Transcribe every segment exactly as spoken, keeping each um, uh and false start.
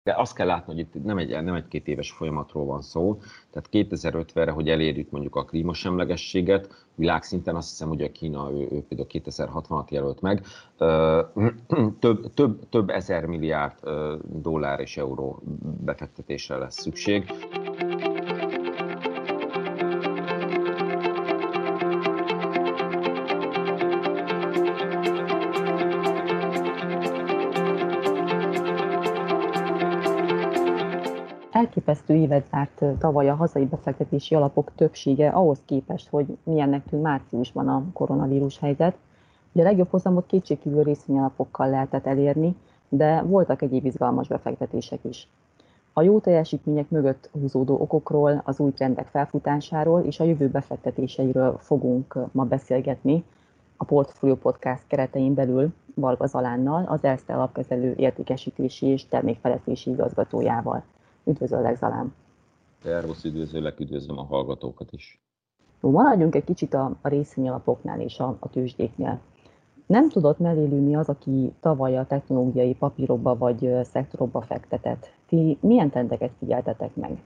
De azt kell látni, hogy itt nem egy, nem egy két éves folyamatról van szó, tehát kétezer-ötvenre, hogy elérjük mondjuk a klímasemlegességet, világszinten azt hiszem, hogy a Kína, ő, ő például kétezer-hatvanat jelölt meg, több, több, több ezer milliárd dollár és euró befektetésre lesz szükség. Elképesztő évet zárt tavaly a hazai befektetési alapok többsége ahhoz képest, hogy milyennek tűnt márciusban a koronavírus helyzet. Ugye a legjobb hozamot kétségkívül részvényalapokkal lehetett elérni, de voltak egyéb izgalmas befektetések is. A jó teljesítmények mögött húzódó okokról, az új trendek felfutásáról és a jövő befektetéseiről fogunk ma beszélgetni a Portfolio Podcast keretein belül Varga Zalánnal, az Erste alapkezelő értékesítési és termékfejlesztési igazgatójával. Üdvözöllek, Zalán! Szervusz, üdvözöllek, üdvözlöm a hallgatókat is. Jó, maradjunk egy kicsit a, a részvényalapoknál és a, a tőzsdéknél. Nem tudott mellélőni az, aki tavaly a technológiai papírokba vagy szektorokba fektetett. Ti milyen trendeket figyeltetek meg?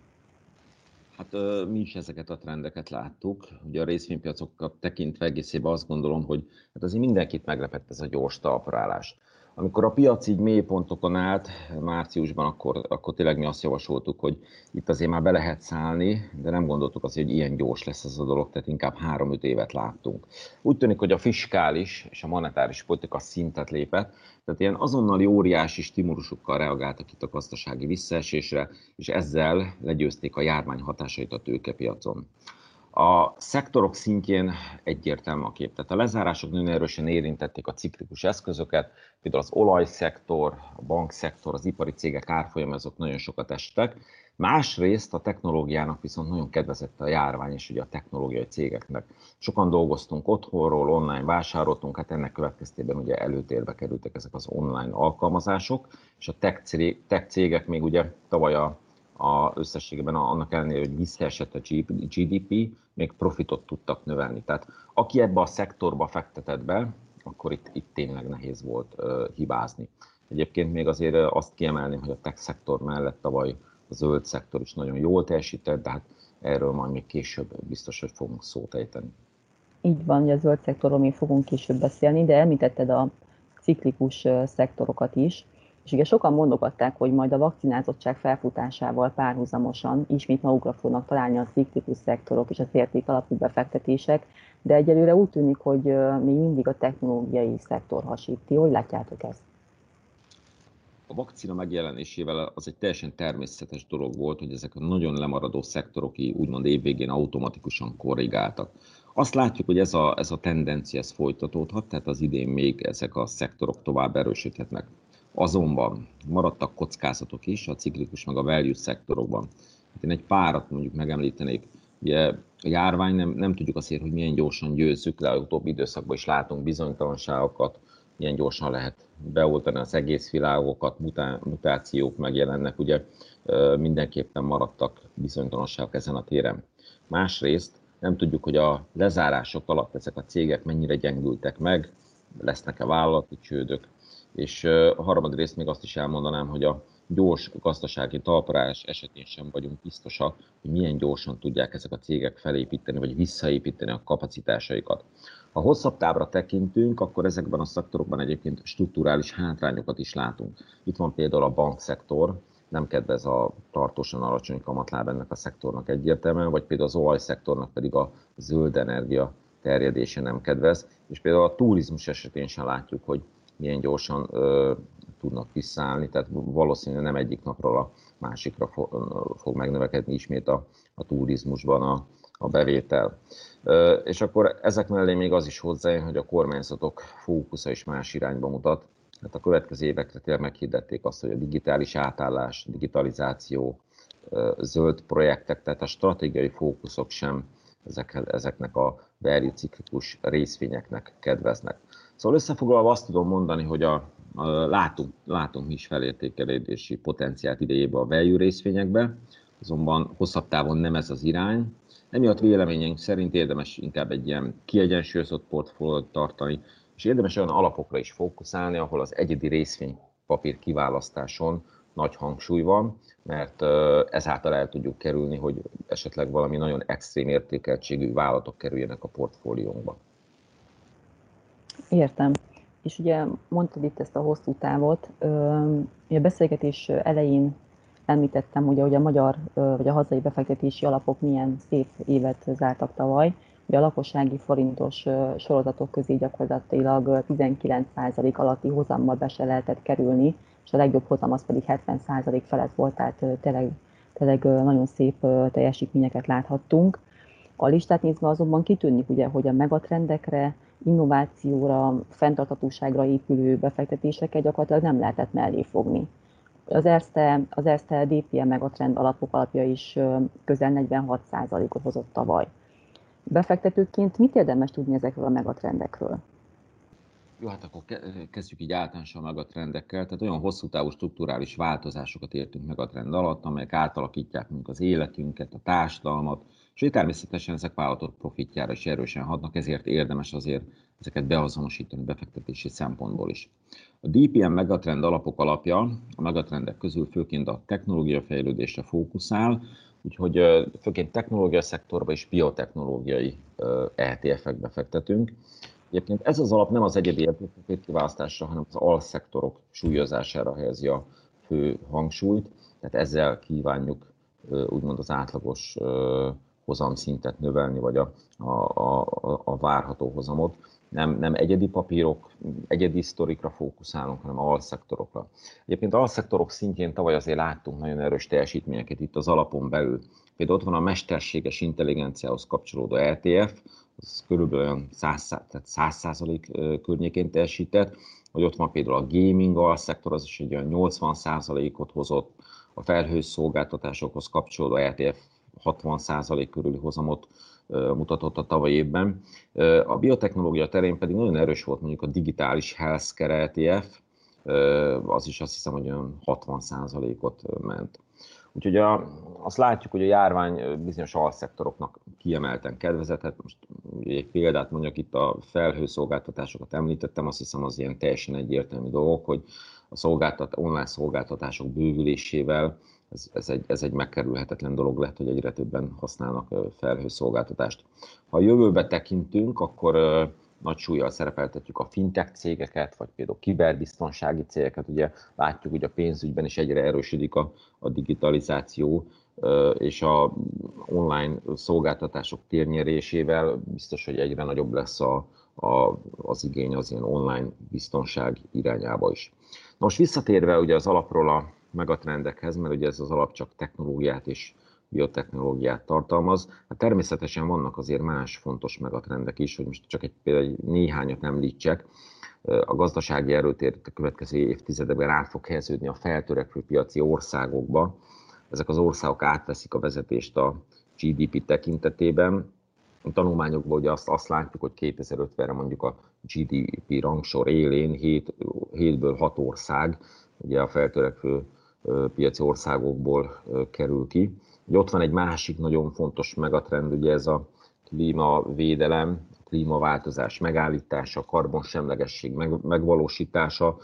Hát mi is ezeket a trendeket láttuk. Ugye a részvénypiacokat tekintve egészében azt gondolom, hogy hát azért mindenkit meglepett ez a gyors talprálás. Amikor a piac így mélypontokon állt márciusban, akkor, akkor tényleg mi azt javasoltuk, hogy itt azért már be lehet szállni, de nem gondoltuk azért, hogy ilyen gyors lesz ez a dolog, tehát inkább három-öt évet láttunk. Úgy tűnik, hogy a fiskális és a monetáris politika szintet lépett, tehát ilyen azonnali óriási stimulusokkal reagáltak itt a gazdasági visszaesésre, és ezzel legyőzték a járvány hatásait a tőkepiacon. A szektorok szintjén egyértelmű a kép. Tehát a lezárások nagyon erősen érintették a ciklikus eszközöket, például az olajszektor, a bankszektor, az ipari cégek árfolyam, azok nagyon sokat estek. Másrészt a technológiának viszont nagyon kedvezett a járvány, és ugye a technológiai cégeknek. Sokan dolgoztunk otthonról, online vásároltunk, hát ennek következtében ugye előtérbe kerültek ezek az online alkalmazások, és a tech cégek még ugye tavaly a a összességében annak ellenére, hogy visszaesett a gé dé pé, még profitot tudtak növelni. Tehát aki ebbe a szektorba fektetett be, akkor itt, itt tényleg nehéz volt uh, hibázni. Egyébként még azért azt kiemelném, hogy a tech szektor mellett tavaly a zöld szektor is nagyon jól teljesített, de hát erről majd még később biztos, hogy fogunk szót ejteni. Így van, hogy a zöld szektorról még fogunk később beszélni, de említetted a ciklikus szektorokat is, és ugye sokan mondogatták, hogy majd a vakcinázottság felfutásával párhuzamosan ismét magukra fognak találni a ciklikus szektorok és az érték alapú befektetések, de egyelőre úgy tűnik, hogy még mindig a technológiai szektor hasít. Ti hogy látjátok ezt? A vakcina megjelenésével az egy teljesen természetes dolog volt, hogy ezek a nagyon lemaradó szektorok úgymond évvégén automatikusan korrigáltak. Azt látjuk, hogy ez a, ez a tendencia ez folytatódhat, tehát az idén még ezek a szektorok tovább erősödhetnek. Azonban maradtak kockázatok is a ciklikus meg a value szektorokban. Én egy párat mondjuk megemlítenék. Ugye a járvány nem, nem tudjuk azért, hogy milyen gyorsan győzzük le, a utóbbi időszakban is látunk bizonytalanságokat, milyen gyorsan lehet beoltani az egész világokat, mutációk megjelennek, ugye mindenképpen maradtak bizonytalanságok ezen a téren. Másrészt nem tudjuk, hogy a lezárások alatt ezek a cégek mennyire gyengültek meg, lesznek-e vállalati csődök, és a harmadrészt még azt is elmondanám, hogy a gyors gazdasági talprás esetén sem vagyunk biztosak, hogy milyen gyorsan tudják ezek a cégek felépíteni, vagy visszaépíteni a kapacitásaikat. Ha hosszabb távra tekintünk, akkor ezekben a szektorokban egyébként strukturális hátrányokat is látunk. Itt van például a bankszektor, nem kedvez a tartósan alacsony kamatláb ennek a szektornak egyértelműen, vagy például az olajszektornak pedig a zöld energia terjedése nem kedvez, és például a turizmus esetén sem látjuk, hogy milyen gyorsan ö, tudnak visszaállni, tehát valószínűleg nem egyik napról a másikra fog megnövekedni ismét a, a turizmusban a, a bevétel. Ö, és akkor ezek mellé még az is hozzájön, hogy a kormányzatok fókusza is más irányba mutat. Hát a következő évekre tényleg meghirdették azt, hogy a digitális átállás, digitalizáció, ö, zöld projektek, tehát a stratégiai fókuszok sem ezek, ezeknek a value ciklikus részvényeknek kedveznek. Szóval összefoglalva azt tudom mondani, hogy a, a, látunk, látunk mi is felértékelési potenciált idejében a value részvényekbe, azonban hosszabb távon nem ez az irány. Emiatt véleményünk szerint érdemes inkább egy ilyen kiegyensúlyozott portfóliót tartani, és érdemes olyan alapokra is fókuszálni, ahol az egyedi részvénypapír kiválasztáson nagy hangsúly van, mert ezáltal el tudjuk kerülni, hogy esetleg valami nagyon extrém értékeltségű vállalatok kerüljenek a portfóliónkba. Értem. És ugye mondtad itt ezt a hosszú távot. A beszélgetés elején említettem, ugye, hogy a magyar vagy a hazai befektetési alapok milyen szép évet zártak tavaly. Ugye a lakossági forintos sorozatok közé gyakorlatilag tizenkilenc százalék alatti hozammal be se lehetett kerülni, és a legjobb hozam az pedig hetven százalék felett volt, tehát tényleg, tényleg nagyon szép teljesítményeket láthattunk. A listát nézve azonban kitűnik, ugye, hogy a megatrendekre, innovációra, fenntarthatóságra épülő befektetéseket gyakorlatilag nem lehetett mellé fogni. Az Erste, az Erste dé pé em megatrend alapok alapja is közel negyvenhat százalékot hozott tavaly. Befektetőként mit érdemes tudni ezekről a megatrendekről? Jó, hát akkor kezdjük így általánosan megatrendekkel. Tehát olyan hosszú távú strukturális változásokat értünk megatrend alatt, amelyek átalakítják mondjuk az életünket, a társadalmat, és természetesen ezek vállalatok profitjára is erősen hatnak, ezért érdemes azért ezeket beazonosítani befektetési szempontból is. A dé pé em megatrend alapok alapja a megatrendek közül főként a technológia fejlődésre fókuszál, úgyhogy főként technológia szektorba és biotechnológiai é té ef-ekbe fektetünk. Egyébként ez az alap nem az egyedi értékpapír kiválasztásra, hanem az alszektorok súlyozására helyezi a fő hangsúlyt, tehát ezzel kívánjuk úgymond az átlagos hozamszintet növelni, vagy a, a, a, a várható hozamot. Nem, nem egyedi papírok, egyedi sztorikra fókuszálunk, hanem alszektorokra. Egyébként alszektorok szintjén tavaly azért láttunk nagyon erős teljesítményeket itt az alapon belül. Például ott van a mesterséges intelligenciához kapcsolódó é té ef, az körülbelül olyan száz százalék környékén teljesített, vagy ott van például a gaming alszektor, az is egy olyan nyolcvan százalékot hozott, a felhős szolgáltatásokhoz kapcsolódó é té ef hatvan százalék körüli hozamot mutatott a tavalyi évben. A biotechnológia terén pedig nagyon erős volt mondjuk a digitális healthcare é té ef, az is azt hiszem, hogy olyan hatvan százalékot ment. Úgyhogy a, azt látjuk, hogy a járvány bizonyos alszektoroknak kiemelten kedvezett. Most egy példát mondjak, itt a felhőszolgáltatásokat említettem, azt hiszem az ilyen teljesen egyértelmű dolgok, hogy a szolgáltat, online szolgáltatások bővülésével ez, ez, egy, ez egy megkerülhetetlen dolog lett, hogy egyre többen használnak felhőszolgáltatást. Ha a jövőbe tekintünk, akkor nagy súllyal szerepeltetjük a fintech cégeket, vagy például kiberbiztonsági cégeket. Ugye látjuk, hogy a pénzügyben is egyre erősödik a, a digitalizáció, és a online szolgáltatások térnyerésével biztos, hogy egyre nagyobb lesz a, a, az igény az ilyen online biztonság irányába is. Na most visszatérve ugye az alapról a megatrendekhez, mert ugye ez az alap csak technológiát és biotechnológiát tartalmaz. Hát természetesen vannak azért más fontos megatrendek is, hogy most csak egy, például néhányat említsek. A gazdasági erőtér a következő évtizedekben át fog helyeződni a feltörekvő piaci országokba. Ezek az országok átveszik a vezetést a gé dé pé tekintetében. A tanulmányokból ugye azt, azt látjuk, hogy kétezer-ötvenre mondjuk a gé dé pé rangsor élén hét, hétből hat ország ugye a feltörekvő piaci országokból kerül ki. Ugye ott van egy másik nagyon fontos megatrend, ugye ez a klímavédelem, a klímaváltozás megállítása, a karbonsemlegesség megvalósítása.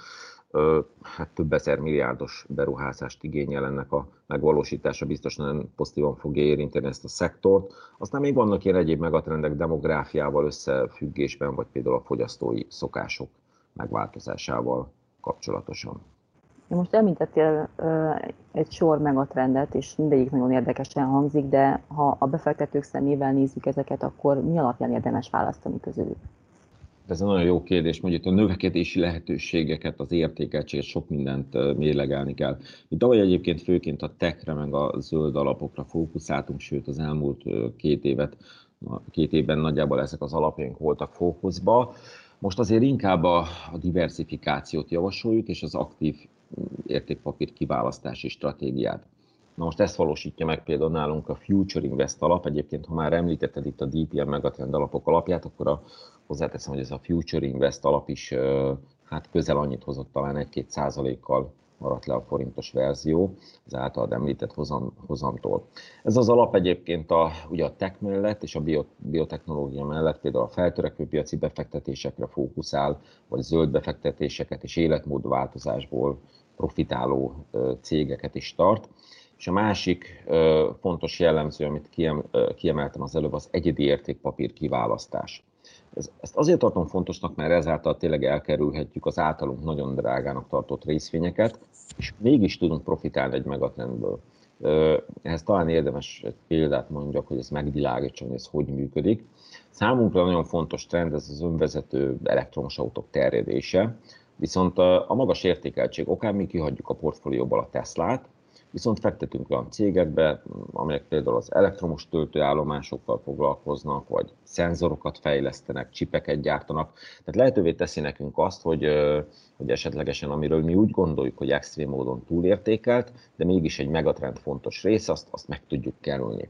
Hát több ezer milliárdos beruházást igényel ennek a megvalósítása, biztos nagyon pozitívan fogja érinteni ezt a szektort. Aztán még vannak ilyen egyéb megatrendek demográfiával összefüggésben, vagy például a fogyasztói szokások megváltozásával kapcsolatosan. Most említettél egy sor megatrendet, és mindegyik nagyon érdekesen hangzik, de ha a befektetők szemével nézzük ezeket, akkor mi alapján érdemes választani közülük? Ez egy nagyon jó kérdés, mondjuk a növekedési lehetőségeket, az értékeltséget, sok mindent mérlegelni kell. Mi tavaly egyébként főként a techre, meg a zöld alapokra fókuszáltunk, sőt az elmúlt két évet, két évben nagyjából ezek az alapjaink voltak fókuszba. Most azért inkább a, a diversifikációt javasoljuk, és az aktív értékpapír kiválasztási stratégiát. Na most ezt valósítja meg például nálunk a Future Invest alap. Egyébként, ha már említetted itt a dé pé em megatrend alapok alapját, akkor a, hozzáteszem, hogy ez a Future Invest alap is hát közel annyit hozott, talán egy-két százalékkal maradt le a forintos verzió az általad említett hozam, hozamtól. Ez az alap egyébként a, ugye a tech mellett és a bio, biotechnológia mellett például a feltörekvő piaci befektetésekre fókuszál, vagy zöld befektetéseket és életmódváltozásból profitáló cégeket is tart. És a másik fontos jellemző, amit kiemeltem az előbb, az egyedi értékpapír kiválasztás. Ezt azért tartom fontosnak, mert ezáltal tényleg elkerülhetjük az általunk nagyon drágának tartott részvényeket, és mégis tudunk profitálni egy megatrendből. Ehhez talán érdemes egy példát mondjak, hogy ez megvilágítson, hogy ez hogy működik. Számunkra nagyon fontos trend ez az önvezető elektromos autók terjedése, viszont a magas értékeltség okán mi kihagyjuk a portfólióból a Teslát, viszont fektetünk olyan cégekbe, amelyek például az elektromos töltőállomásokkal foglalkoznak, vagy szenzorokat fejlesztenek, csipeket gyártanak. Tehát lehetővé teszi nekünk azt, hogy, hogy esetlegesen, amiről mi úgy gondoljuk, hogy extrém módon túlértékelt, de mégis egy megatrend fontos rész, azt, azt meg tudjuk kerülni.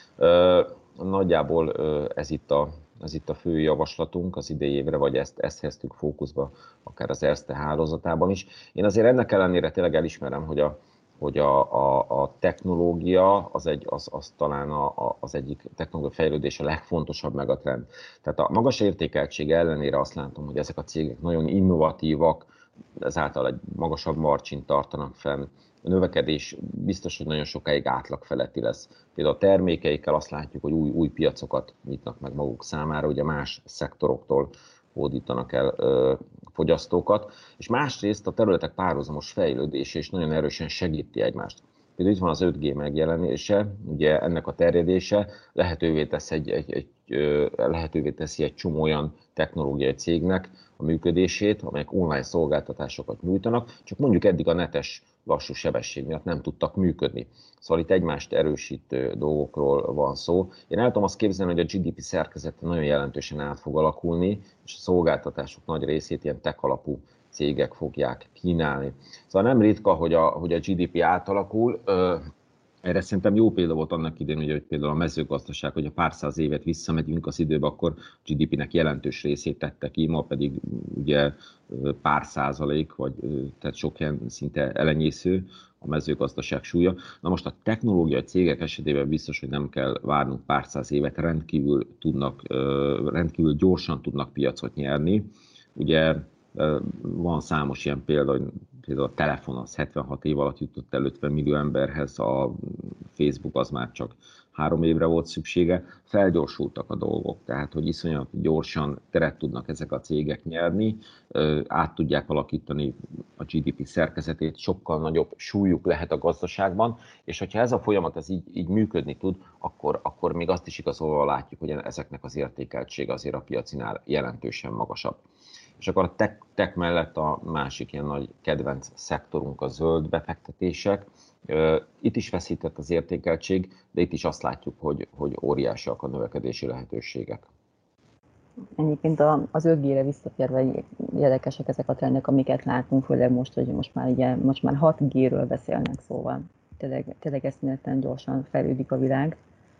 Nagyjából ez itt a Ez itt a fő javaslatunk az idei évre, vagy ezt, ezt helyeztük fókuszba, akár az Erste hálózatában is. Én azért ennek ellenére tényleg elismerem, hogy a, hogy a, a, a technológia az, egy, az, az talán a, a, az egyik technológiai fejlődés a legfontosabb megatrend. Tehát a magas értékeltség ellenére azt látom, hogy ezek a cégek nagyon innovatívak, ezáltal egy magasabb margint tartanak fenn. A növekedés biztos, hogy nagyon sokáig átlag feletti lesz. Például a termékeikkel azt látjuk, hogy új, új piacokat nyitnak meg maguk számára, ugye más szektoroktól hódítanak el ö, fogyasztókat, és másrészt a területek párhuzamos fejlődése is nagyon erősen segíti egymást. Például itt van az öt G megjelenése, ugye ennek a terjedése lehetővé tesz egy, egy, egy, lehetővé teszi egy csomó olyan technológiai cégnek a működését, amelyek online szolgáltatásokat nyújtanak, csak mondjuk eddig a netes lassú sebesség miatt nem tudtak működni. Szóval itt egymást erősítő dolgokról van szó. Én el tudom azt képzelni, hogy a gé dé pé szerkezete nagyon jelentősen át fog alakulni, és a szolgáltatások nagy részét ilyen tech alapú cégek fogják kínálni. Szóval nem ritka, hogy a, hogy a gé dé pé átalakul. Erre szerintem jó példa volt annak idején, hogy például a mezőgazdaság, hogy a pár száz évet visszamegyünk az időbe, akkor gé dé pének jelentős részét tette ki, ma pedig ugye pár százalék, vagy tehát sok ilyen szinte elenyésző a mezőgazdaság súlya. Na most a technológiai cégek esetében biztos, hogy nem kell várnunk pár száz évet, rendkívül tudnak, rendkívül gyorsan tudnak piacot nyerni. Ugye van számos ilyen példa, hogy például a telefon az hetvenhat év alatt jutott el ötven millió emberhez, a Facebook az már csak három évre volt szüksége, felgyorsultak a dolgok, tehát hogy iszonyat gyorsan teret tudnak ezek a cégek nyerni, át tudják alakítani a gé dé pé szerkezetét, sokkal nagyobb súlyuk lehet a gazdaságban, és hogyha ez a folyamat ez így, így működni tud, akkor, akkor még azt is igazolva látjuk, hogy ezeknek az értékeltsége azért a piacinál jelentősen magasabb. És akkor a tech, tech mellett a másik ilyen nagy kedvenc szektorunk a zöld befektetések. Itt is veszített az értékeltség, de itt is azt látjuk, hogy, hogy óriásiak a növekedési lehetőségek. Egyébként az öt G-re visszatérve érdekesek ezek a trendek, amiket látunk, főleg most, hogy most már, ugye, most már hat G-ről beszélnek, szóval tényleg, tényleg eszméletlen gyorsan fejlődik a világ.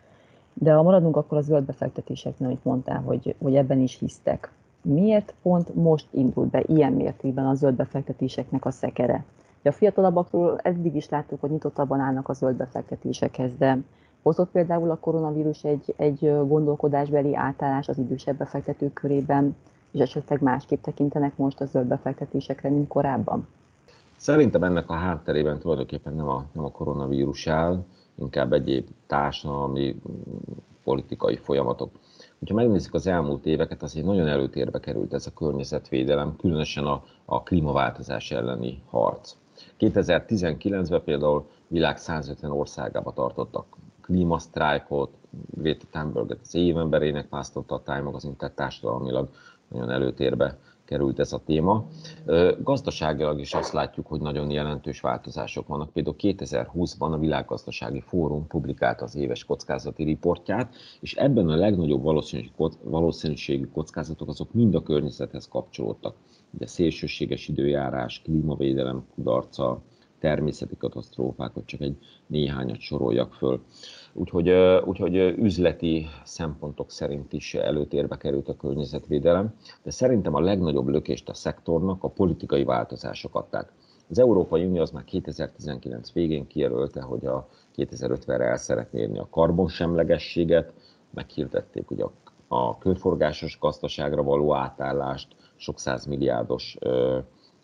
De ha maradunk akkor a zöld befektetéseknél, amit mondtál, hogy, hogy ebben is hisztek. Miért pont most indult be ilyen mértékben a zöld befektetéseknek a szekere? A fiatalabbakról eddig is láttuk, hogy nyitottabban állnak a zöld befektetésekhez, de hozott például a koronavírus egy, egy gondolkodásbeli átállás az idősebb befektetők körében, és esetleg másképp tekintenek most a zöld befektetésekre, mint korábban? Szerintem ennek a hátterében tulajdonképpen nem a, nem a koronavírus áll, inkább egyéb társadalmi, politikai folyamatok. Ha megnézzük az elmúlt éveket, azért nagyon előtérbe került ez a környezetvédelem, különösen a, a klímaváltozás elleni harc. kétezer-tizenkilencben például világ százötven országába tartottak klímasztrájkot, Greta Thunberget az évemberének választotta a Time magazin, tehát társadalmilag nagyon előtérbe került ez a téma. Gazdaságilag is azt látjuk, hogy nagyon jelentős változások vannak. Például kétezer-húszban a Világgazdasági Fórum publikálta az éves kockázati riportját, és ebben a legnagyobb valószínűségű kockázatok azok mind a környezethez kapcsolódtak. Ugye szélsőséges időjárás, klímavédelem kudarca, természeti katasztrófákat, csak egy néhányat soroljak föl. Úgyhogy, úgyhogy üzleti szempontok szerint is előtérbe került a környezetvédelem, de szerintem a legnagyobb lökést a szektornak a politikai változások adták. Az Európai Unió az már kétezer-tizenkilenc végén kijelölte, hogy a kétezer-ötvenre el szeretné érni a karbonsemlegességet, meghirdették ugye a, a körforgásos gazdaságra való átállást, sok százmilliárdos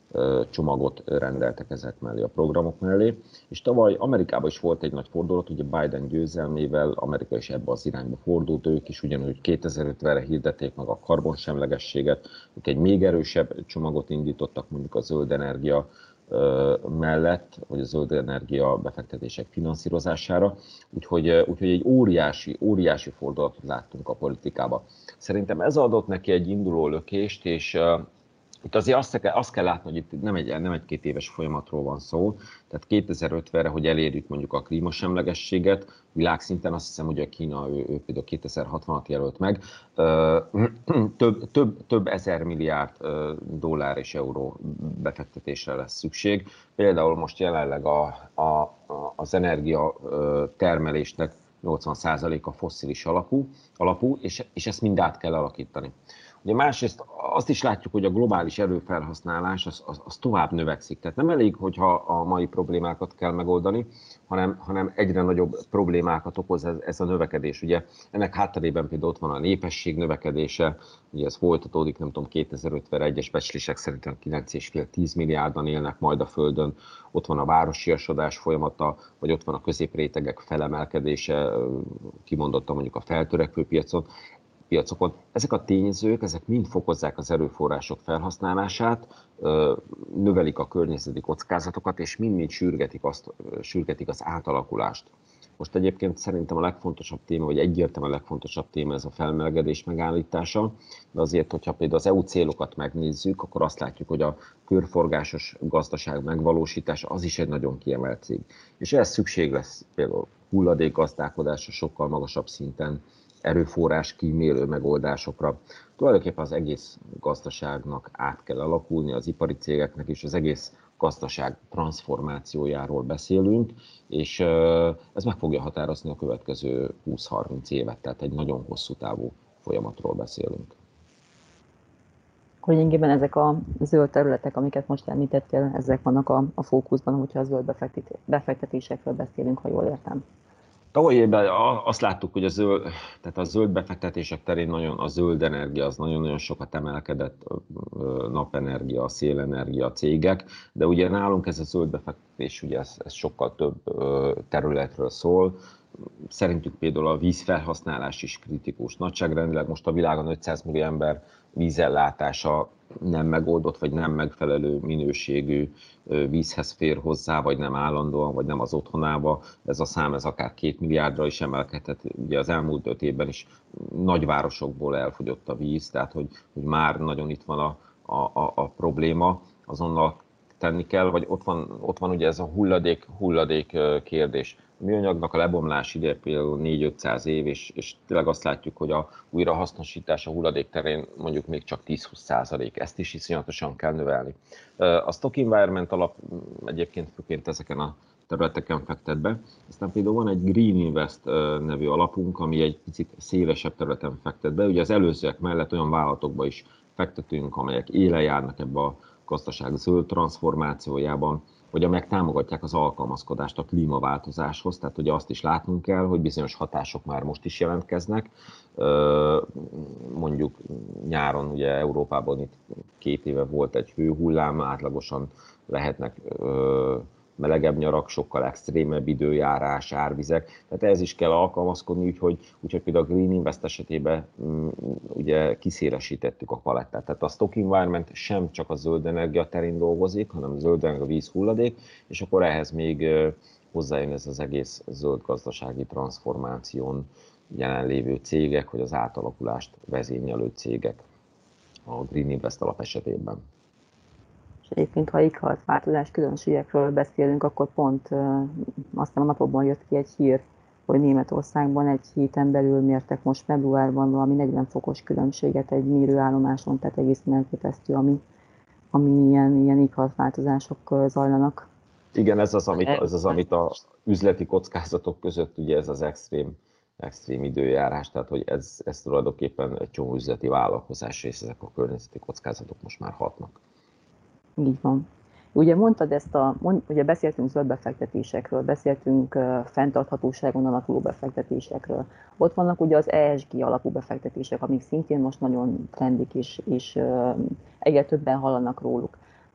csomagot rendeltek ezek mellé, a programok mellé. És tavaly Amerikában is volt egy nagy fordulat, ugye Biden győzelmével Amerika is ebbe az irányba fordult, ők is ugyanúgy kétezer-ötvenre hirdették meg a karbonsemlegességet, ők egy még erősebb csomagot indítottak mondjuk a zöld energia mellett, vagy a zöld energia befektetések finanszírozására, úgyhogy, úgyhogy egy óriási, óriási fordulatot láttunk a politikába. Szerintem ez adott neki egy induló lökést, és itt azért azt kell, azt kell látni, hogy itt nem egy, nem egy-két éves folyamatról van szó, tehát kétezer-ötvenre, hogy elérjük mondjuk a klímasemlegességet, világszinten azt hiszem, hogy a Kína, ő, ő például kétezer-hatvanat jelölt meg, több, több, több ezer milliárd dollár és euró befektetésre lesz szükség. Például most jelenleg a, a, az energia termelésnek nyolcvan százaléka fosszilis alapú, alapú és, és ezt mind át kell alakítani. Ugye másrészt azt is látjuk, hogy a globális erőfelhasználás az, az, az tovább növekszik. Tehát nem elég, hogyha a mai problémákat kell megoldani, hanem, hanem egyre nagyobb problémákat okoz ez, ez a növekedés. Ugye ennek hátterében például ott van a népesség növekedése, ugye ez folytatódik, nem tudom, kétezer-ötvenre egyes becslések szerint kilenc egész öt tíz milliárdan élnek majd a Földön, ott van a városiasodás folyamata, vagy ott van a középrétegek felemelkedése, kimondottan mondjuk a feltörekvő piacon. piacokon. Ezek a tényezők, ezek mind fokozzák az erőforrások felhasználását, növelik a környezeti kockázatokat, és mind-mind sürgetik, azt, sürgetik az átalakulást. Most egyébként szerintem a legfontosabb téma, vagy egyértelműen a legfontosabb téma ez a felmelegedés megállítása, de azért, hogyha például az é u célokat megnézzük, akkor azt látjuk, hogy a körforgásos gazdaság megvalósítása az is egy nagyon kiemelt cég. És ehhez szükség lesz például hulladékgazdálkodásra sokkal magasabb szinten, erőforrás kímélő megoldásokra. Tulajdonképpen az egész gazdaságnak át kell alakulni, az ipari cégeknek is az egész gazdaság transformációjáról beszélünk, és ez meg fogja határozni a következő húsz-harminc évet, tehát egy nagyon hosszú távú folyamatról beszélünk. Lényegében ezek a zöld területek, amiket most említettél, ezek vannak a, a fókuszban, hogyha a zöld befektetésekről beszélünk, ha jól értem. Tavaly évben azt láttuk, hogy a zöld, tehát a zöld befektetések terén nagyon, a zöld energia az nagyon-nagyon sokat emelkedett, napenergia, szélenergia cégek, de ugye nálunk ez a zöld befektetés, ugye ez, ez sokkal több területről szól. Szerintük például a vízfelhasználás is kritikus. Nagyságrendileg most a világon ötszáz millió ember vízellátása nem megoldott, vagy nem megfelelő minőségű vízhez fér hozzá, vagy nem állandóan, vagy nem az otthonába. Ez a szám ez akár két milliárdra is emelkedhet. Ugye az elmúlt öt évben is nagyvárosokból elfogyott a víz, tehát hogy, hogy már nagyon itt van a, a, a probléma, azonnal tenni kell, vagy ott van, ott van ugye ez a hulladék, hulladék kérdés. A műanyagnak a lebomlás ide például négy-ötszáz év, és, és tényleg azt látjuk, hogy a újrahasznosítás a hulladék terén mondjuk még csak tíz-húsz százalék. Ezt is iszonyatosan kell növelni. A Stock Environment alap egyébként főként ezeken a területeken fektet be. Aztán például van egy Green Invest nevű alapunk, ami egy picit szélesebb területen fektet be. Ugye az előzőek mellett olyan vállalatokba is fektetünk, amelyek élen járnak ebbe a gazdaság zöld transformációjában, vagy amelyek támogatják az alkalmazkodást a klímaváltozáshoz, tehát ugye azt is látnunk kell, hogy bizonyos hatások már most is jelentkeznek. Mondjuk nyáron ugye Európában itt két éve volt egy hőhullám, átlagosan lehetnek melegebb nyarak, sokkal extrémebb időjárás, árvizek, tehát ez is kell alkalmazkodni, úgyhogy, úgyhogy például a Green Invest esetében um, ugye kiszélesítettük a palettát. Tehát a Stock Environment sem csak a zöld energia terén dolgozik, hanem a zöld energia, víz, hulladék, és akkor ehhez még uh, hozzájön ez az egész zöld gazdasági transformáción jelenlévő cégek, vagy az átalakulást vezényelő cégek a Green Invest alap esetében. És egyébként, ha éghajlatváltozás különbségekről beszélünk, akkor pont aztán a napokban jött ki egy hír, hogy Németországban egy héten belül mértek most februárban valami negyven fokos különbséget egy mérőállomáson, tehát egészen elképesztő, ami, ami ilyen, ilyen éghajlatváltozások zajlanak. Igen, ez az, amit, ez az, amit a üzleti kockázatok között, ugye ez az extrém, extrém időjárás, tehát hogy ez, ez tulajdonképpen egy csomó üzleti vállalkozás, és ezek a környezeti kockázatok most már hatnak. Így van. Ugye mondtad ezt a, mond, ugye beszéltünk zöld befektetésekről, beszéltünk uh, fenntarthatóságon alapuló befektetésekről. Ott vannak ugye az E S G alapú befektetések, amik szintén most nagyon trendik, és, és uh, egyre többen hallanak róluk.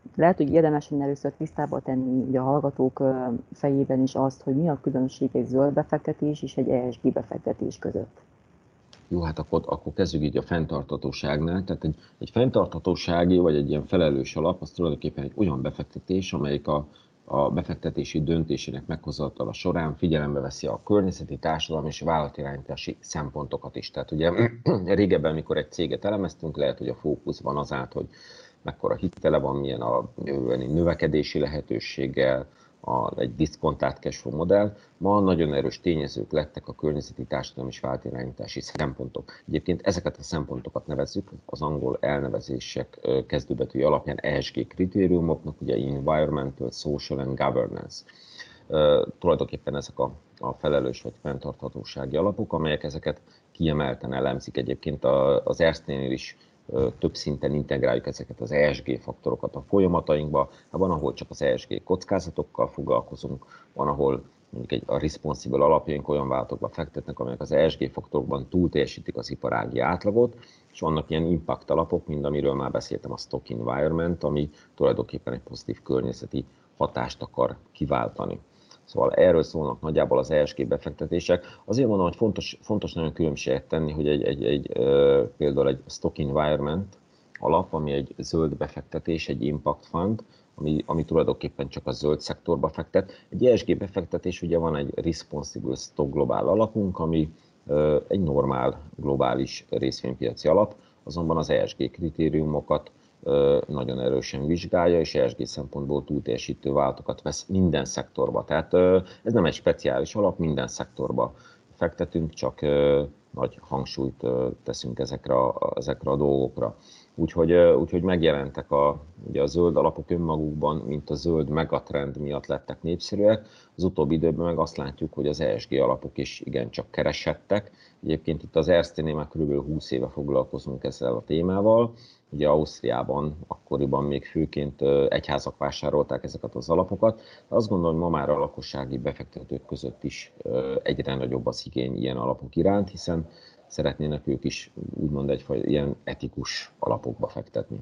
Lehet, hogy érdemes lenne először tisztába tenni ugye a hallgatók fejében is azt, hogy mi a különbség egy zöld befektetés és egy E S G befektetés között. Jó, hát akkor, akkor kezdjük így a fenntarthatóságnál. Tehát egy, egy fenntarthatósági vagy egy ilyen felelős alap, az tulajdonképpen egy olyan befektetés, amelyik a, a befektetési döntésének meghozatala során figyelembe veszi a környezeti, társadalmi és vállalatirányítási szempontokat is. Tehát ugye régebben, mikor egy céget elemeztünk, lehet, hogy a fókuszban az állt, hogy mekkora hitele van, milyen a jövőbeni növekedési lehetőséggel, a, egy diszkontált cashflow modell. Ma nagyon erős tényezők lettek a környezeti, társadalmi és vállalatirányítási szempontok. Egyébként ezeket a szempontokat nevezzük az angol elnevezések kezdőbetűi alapján E S G kritériumoknak, ugye Environmental, Social and Governance. Uh, tulajdonképpen ezek a, a felelős vagy fenntarthatósági alapok, amelyek ezeket kiemelten elemzik. Egyébként a, az Erste-nél is több szinten integráljuk ezeket az E S G faktorokat a folyamatainkba. Van, ahol csak az E S G kockázatokkal foglalkozunk, van, ahol mondjuk egy, a responsible alapjaink olyan vállalatokba fektetnek, amelyek az E S G faktorokban túl teljesítik az iparági átlagot, és vannak ilyen impact alapok, mint amiről már beszéltem, a Stock Environment, ami tulajdonképpen egy pozitív környezeti hatást akar kiváltani. Szóval erről szólnak nagyjából az E S G befektetések. Azért mondom, hogy fontos, fontos nagyon különbséget tenni, hogy egy, egy, egy, például egy Stock Environment alap, ami egy zöld befektetés, egy impact fund, ami, ami tulajdonképpen csak a zöld szektorba fektet. Egy E S G befektetés, ugye van egy Responsible Stock Global alapunk, ami egy normál globális részvénypiaci alap, azonban az E S G kritériumokat nagyon erősen vizsgálja, és E S G szempontból túlteljesítő vállalatokat vesz minden szektorba. Tehát ez nem egy speciális alap, minden szektorba fektetünk, csak nagy hangsúlyt teszünk ezekre a, ezekre a dolgokra. Úgyhogy, úgyhogy megjelentek a, ugye a zöld alapok önmagukban, mint a zöld megatrend miatt lettek népszerűek. Az utóbbi időben meg azt látjuk, hogy az E S G alapok is igencsak keresettek. Egyébként itt az Erste-nél már kb. húsz éve foglalkozunk ezzel a témával. Ugye Ausztriában akkoriban még főként egyházak vásárolták ezeket az alapokat. De azt gondolom, hogy ma már a lakossági befektetők között is egyre nagyobb az igény ilyen alapok iránt, hiszen szeretnének ők is úgymond egyfajta ilyen etikus alapokba fektetni.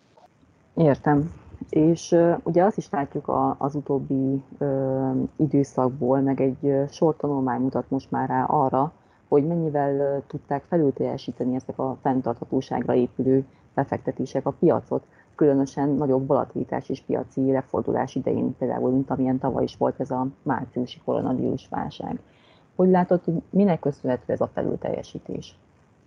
Értem. És uh, ugye azt is látjuk a, az utóbbi uh, időszakból, meg egy uh, sor tanulmány mutat most már rá arra, hogy mennyivel uh, tudták felülteljesíteni ezek a fenntarthatóságra épülő befektetések a piacot, különösen nagyobb volatilitás és piaci lefordulás idején, például, mint amilyen tavaly is volt ez a márciusi koronavírus válság. Hogy látod, hogy minek köszönhető ez a felülteljesítés?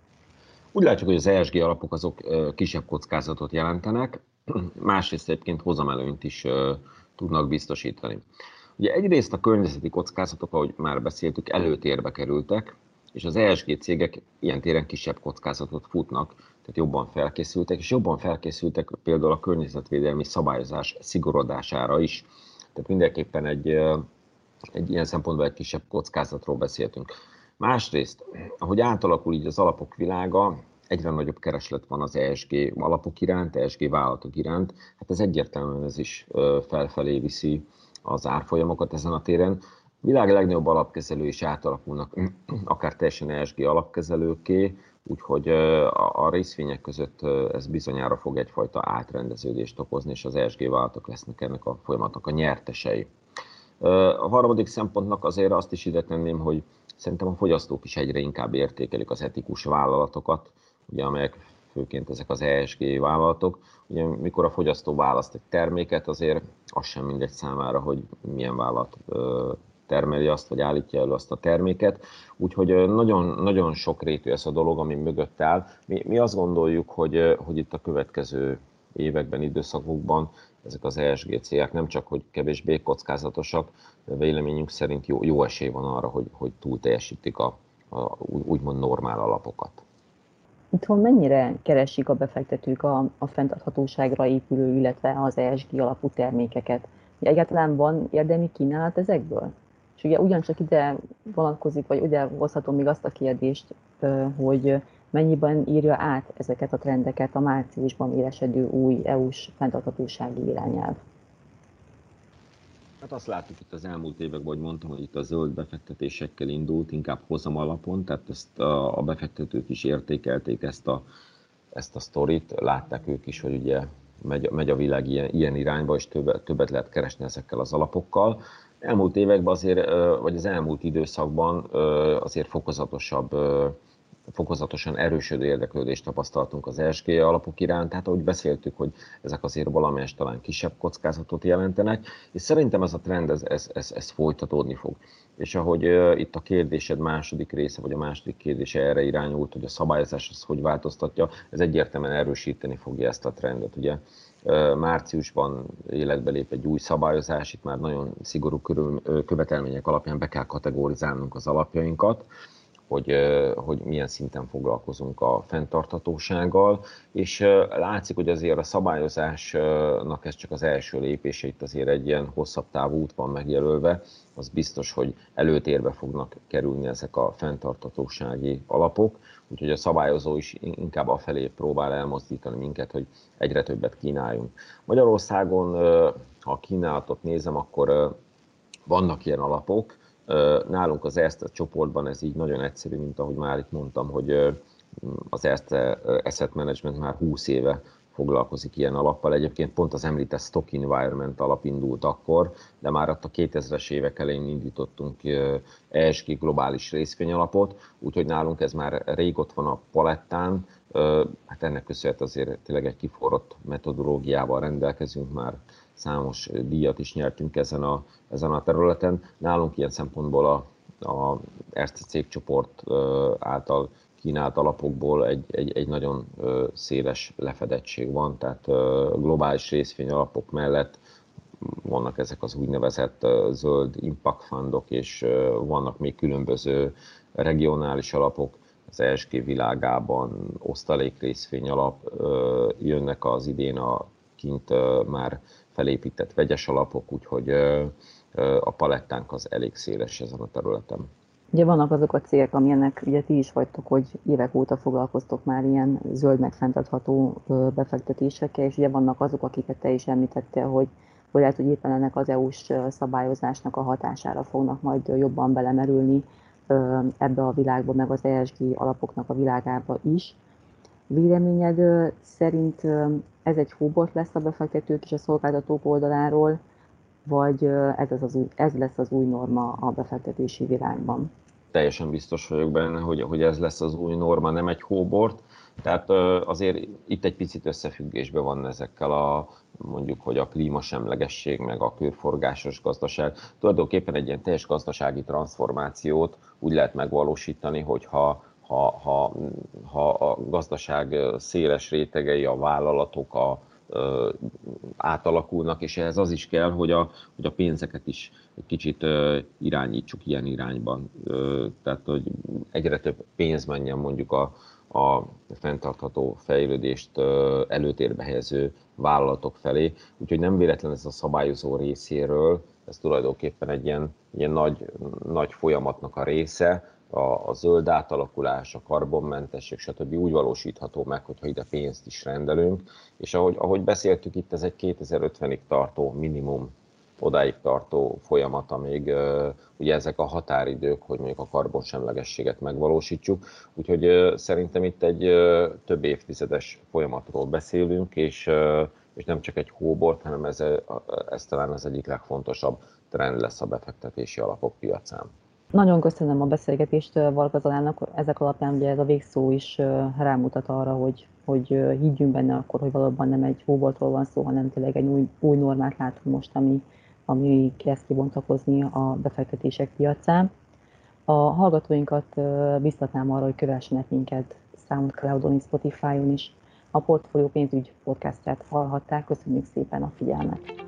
Úgy látjuk, hogy az E S G alapok azok kisebb kockázatot jelentenek, másrészt egyébként hozamelőnyt is tudnak biztosítani. Ugye egyrészt a környezeti kockázatok, ahogy már beszéltük, előtérbe kerültek, és az E S G cégek ilyen téren kisebb kockázatot futnak, tehát jobban felkészültek, és jobban felkészültek például a környezetvédelmi szabályozás szigorodására is. Tehát mindenképpen egy, egy ilyen szempontból egy kisebb kockázatról beszéltünk. Másrészt, ahogy átalakul így az alapok világa, egyre nagyobb kereslet van az E S G alapok iránt, E S G vállalatok iránt. Hát ez egyértelműen ez is felfelé viszi az árfolyamokat ezen a téren. A világ legnagyobb alapkezelő is átalakulnak, akár teljesen E S G alapkezelőké, úgyhogy a részvények között ez bizonyára fog egyfajta átrendeződést okozni, és az E S G vállalatok lesznek ennek a folyamatnak a nyertesei. A harmadik szempontnak azért azt is ide tenném, hogy szerintem a fogyasztók is egyre inkább értékelik az etikus vállalatokat, ugye, amelyek főként ezek az E S G vállalatok. Ugye, mikor a fogyasztó választ egy terméket, azért az sem mindegy számára, hogy milyen vállalat termeli azt, vagy állítja elő azt a terméket. Úgyhogy nagyon, nagyon sokrétű ez a dolog, ami mögött áll. Mi, mi azt gondoljuk, hogy, hogy itt a következő években, időszakokban ezek az E S G cégek nem csak, hogy kevésbé kockázatosak, de véleményünk szerint jó, jó esély van arra, hogy, hogy túl teljesítik a, a úgymond normál alapokat. Itthon mennyire keresik a befektetők a, a fenntarthatóságra épülő, illetve az E S G alapú termékeket? Egyáltalán van érdemi kínálat ezekből? És ugye ugyancsak ide vonatkozik, vagy ide hozhatom még azt a kérdést, hogy mennyiben írja át ezeket a trendeket a márciusban élesedő új é u-s fenntarthatósági irányelv? Hát azt láttuk itt az elmúlt években, hogy mondtam, hogy itt a zöld befektetésekkel indult, inkább hozam alapon, tehát ezt a, a befektetők is értékelték ezt a, ezt a sztorit, látták ők is, hogy ugye megy, megy a világ ilyen, ilyen irányba, és többet, többet lehet keresni ezekkel az alapokkal. Elmúlt években azért, vagy az elmúlt időszakban azért fokozatosabb, fokozatosan erősödő érdeklődést tapasztaltunk az E S G alapok iránt, tehát ahogy beszéltük, hogy ezek azért valamelyest talán kisebb kockázatot jelentenek, és szerintem ez a trend, ez, ez, ez, ez folytatódni fog. És ahogy uh, itt a kérdésed második része, vagy a második kérdése erre irányult, hogy a szabályozás az hogy változtatja, ez egyértelműen erősíteni fogja ezt a trendet. Ugye uh, márciusban életbe lép egy új szabályozás, itt már nagyon szigorú körül, uh, követelmények alapján be kell kategorizálnunk az alapjainkat, hogy, hogy milyen szinten foglalkozunk a fenntarthatósággal, és látszik, hogy azért a szabályozásnak ez csak az első lépése, itt azért egy ilyen hosszabb távú út van megjelölve, az biztos, hogy előtérbe fognak kerülni ezek a fenntarthatósági alapok, úgyhogy a szabályozó is inkább afelé próbál elmozdítani minket, hogy egyre többet kínáljunk. Magyarországon, ha a kínálatot nézem, akkor vannak ilyen alapok. Nálunk az Erste csoportban ez így nagyon egyszerű, mint ahogy már itt mondtam, hogy az Erste Asset Management már húsz éve foglalkozik ilyen alappal. Egyébként pont az említett Stock Environment alap indult akkor, de már ott a kétezres évek elején indítottunk E S G globális részvényalapot, úgyhogy nálunk ez már rég ott van a palettán. Hát ennek köszönhetően azért tényleg egy kiforrott metodológiával rendelkezünk, már számos díjat is nyertünk ezen a, ezen a területen. Nálunk ilyen szempontból a, a Erste cégcsoport által kínált alapokból egy, egy, egy nagyon széles lefedettség van, tehát globális részvényalapok mellett vannak ezek az úgynevezett zöld impact fundok, és vannak még különböző regionális alapok, az E S G világában osztalék részvényalap, jönnek az idén a kint már felépített vegyes alapok, úgyhogy a palettánk az elég széles ezen a területen. Ugye vannak azok a cégek, amilyenek ugye ti is vagytok, hogy évek óta foglalkoztok már ilyen zöld megfenntartható befektetésekkel, és ugye vannak azok, akiket te is említettél, hogy, hogy lehet, hogy éppen ennek az é u-s szabályozásnak a hatására fognak majd jobban belemerülni ebbe a világba, meg az E S G alapoknak a világába is. Véleményed szerint ez egy hóbort lesz a befektetők és a szolgáltatók oldaláról, vagy ez, az az új, ez lesz az új norma a befektetési világban? Teljesen biztos vagyok benne, hogy, hogy ez lesz az új norma, nem egy hóbort. Tehát azért itt egy picit összefüggésben van ezekkel a, mondjuk, hogy a klímasemlegesség, meg a körforgásos gazdaság. Tulajdonképpen egy ilyen teljes gazdasági transformációt úgy lehet megvalósítani, hogyha ha, ha, ha a gazdaság széles rétegei, a vállalatok, a, ö, átalakulnak, és ehhez az is kell, hogy a, hogy a pénzeket is egy kicsit ö, irányítsuk ilyen irányban. Ö, tehát, hogy egyre több pénz menjen mondjuk a, a fenntartható fejlődést ö, előtérbe helyező vállalatok felé. Úgyhogy nem véletlen ez a szabályozó részéről, ez tulajdonképpen egy ilyen, ilyen nagy, nagy folyamatnak a része, a, a zöld átalakulás, a karbonmentesség, stb. Úgy valósítható meg, hogyha ide pénzt is rendelünk. És ahogy, ahogy beszéltük, itt ez egy kétezer-ötvenig tartó minimum, odáig tartó folyamat, amíg uh, ugye ezek a határidők, hogy mondjuk a karbonsemlegességet megvalósítsuk. Úgyhogy uh, szerintem itt egy uh, több évtizedes folyamatról beszélünk, és, uh, és nem csak egy hóbort, hanem ez, ez talán az egyik legfontosabb trend lesz a befektetési alapok piacán. Nagyon köszönöm a beszélgetést Varga Zorának, ezek alapján ugye ez a végszó is rámutat arra, hogy, hogy higgyünk benne akkor, hogy valóban nem egy hóboltról van szó, hanem tényleg egy új, új normát látunk most, ami, ami kezd kibontakozni a befektetések piacán. A hallgatóinkat biztatnám arra, hogy kövessenek minket SoundCloudon, Spotify-on is. A Portfolio pénzügy podcastját hallhatták, köszönjük szépen a figyelmet!